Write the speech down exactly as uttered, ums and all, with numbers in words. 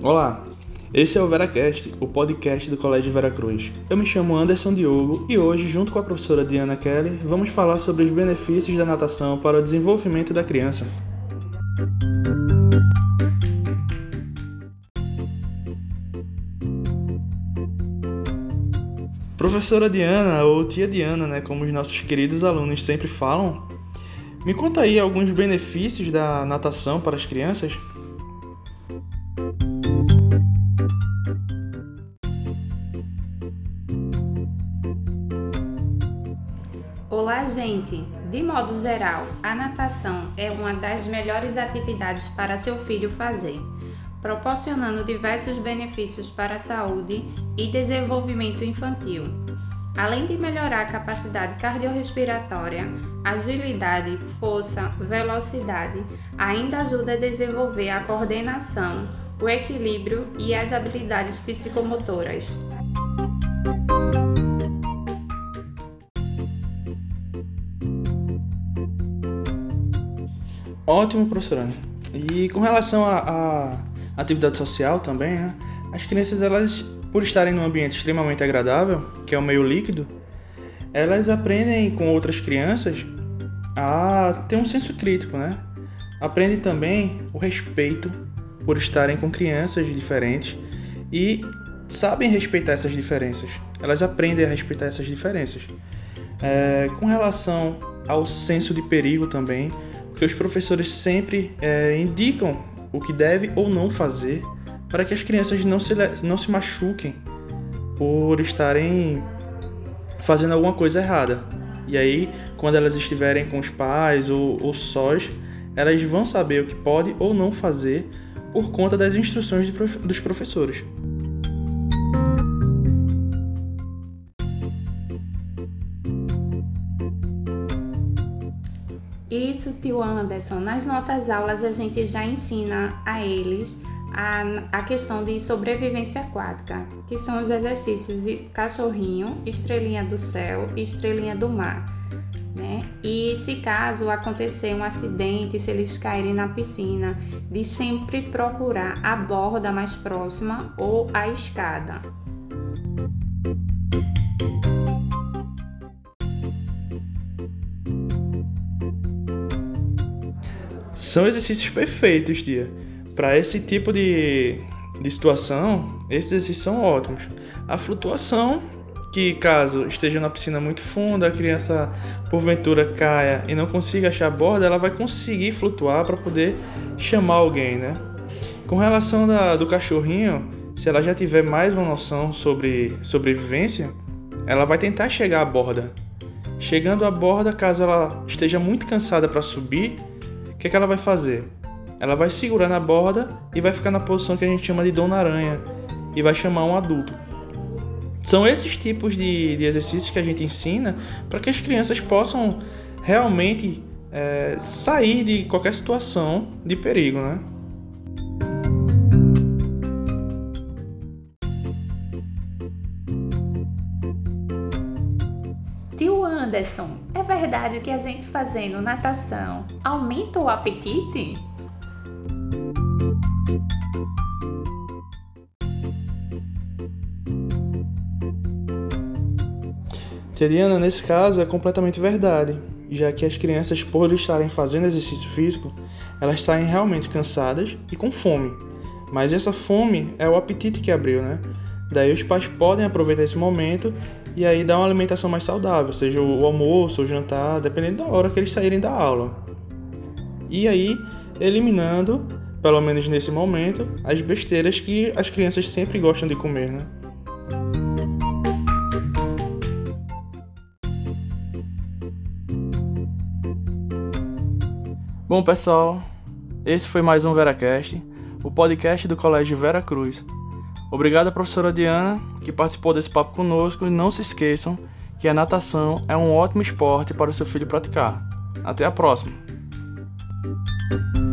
Olá, esse é o VeraCast, o podcast do Colégio Veracruz. Eu me chamo Anderson Diogo e hoje, junto com a professora Diana Kelly, vamos falar sobre os benefícios da natação para o desenvolvimento da criança. Professora Diana, ou tia Diana, né, como os nossos queridos alunos sempre falam, me conta aí alguns benefícios da natação para as crianças. Olá, gente! De modo geral, a natação é uma das melhores atividades para seu filho fazer, proporcionando diversos benefícios para a saúde e desenvolvimento infantil. Além de melhorar a capacidade cardiorrespiratória, agilidade, força, velocidade, ainda ajuda a desenvolver a coordenação, o equilíbrio e as habilidades psicomotoras. Ótimo, professora. E com relação à atividade social também, né? As crianças, elas, por estarem num ambiente extremamente agradável, que é o meio líquido, elas aprendem com outras crianças a ter um senso crítico, né? Aprendem também o respeito por estarem com crianças diferentes e sabem respeitar essas diferenças. Elas aprendem a respeitar essas diferenças. É, com relação ao senso de perigo também, porque os professores sempre é, indicam o que deve ou não fazer para que as crianças não se, não se machuquem por estarem fazendo alguma coisa errada. E aí, quando elas estiverem com os pais ou, ou sós, elas vão saber o que pode ou não fazer por conta das instruções de prof, dos professores. Isso, tio Anderson, nas nossas aulas a gente já ensina a eles a, a questão de sobrevivência aquática, que são os exercícios de cachorrinho, estrelinha do céu e estrelinha do mar, né? E se caso acontecer um acidente, se eles caírem na piscina, de sempre procurar a borda mais próxima ou a escada. São exercícios perfeitos, tia. Para esse tipo de, de situação, esses exercícios são ótimos. A flutuação, que caso esteja na piscina muito funda, a criança porventura caia e não consiga achar a borda, ela vai conseguir flutuar para poder chamar alguém, né? Com relação da, do cachorrinho, se ela já tiver mais uma noção sobre sobrevivência, ela vai tentar chegar à borda. Chegando à borda, caso ela esteja muito cansada para subir, o que, que ela vai fazer? Ela vai segurar na borda e vai ficar na posição que a gente chama de Dona Aranha e vai chamar um adulto. São esses tipos de, de exercícios que a gente ensina para que as crianças possam realmente é, sair de qualquer situação de perigo, né? Tio Anderson, é verdade que a gente fazendo natação aumenta o apetite? Tia Diana, nesse caso é completamente verdade, já que as crianças, por estarem fazendo exercício físico, elas saem realmente cansadas e com fome. Mas essa fome é o apetite que abriu, né? Daí os pais podem aproveitar esse momento e aí dar uma alimentação mais saudável, seja o almoço ou o jantar, dependendo da hora que eles saírem da aula. E aí, eliminando, pelo menos nesse momento, as besteiras que as crianças sempre gostam de comer, né? Bom, pessoal, esse foi mais um VeraCast, o podcast do Colégio Veracruz. Obrigado à professora Diana, que participou desse papo conosco, e não se esqueçam que a natação é um ótimo esporte para o seu filho praticar. Até a próxima!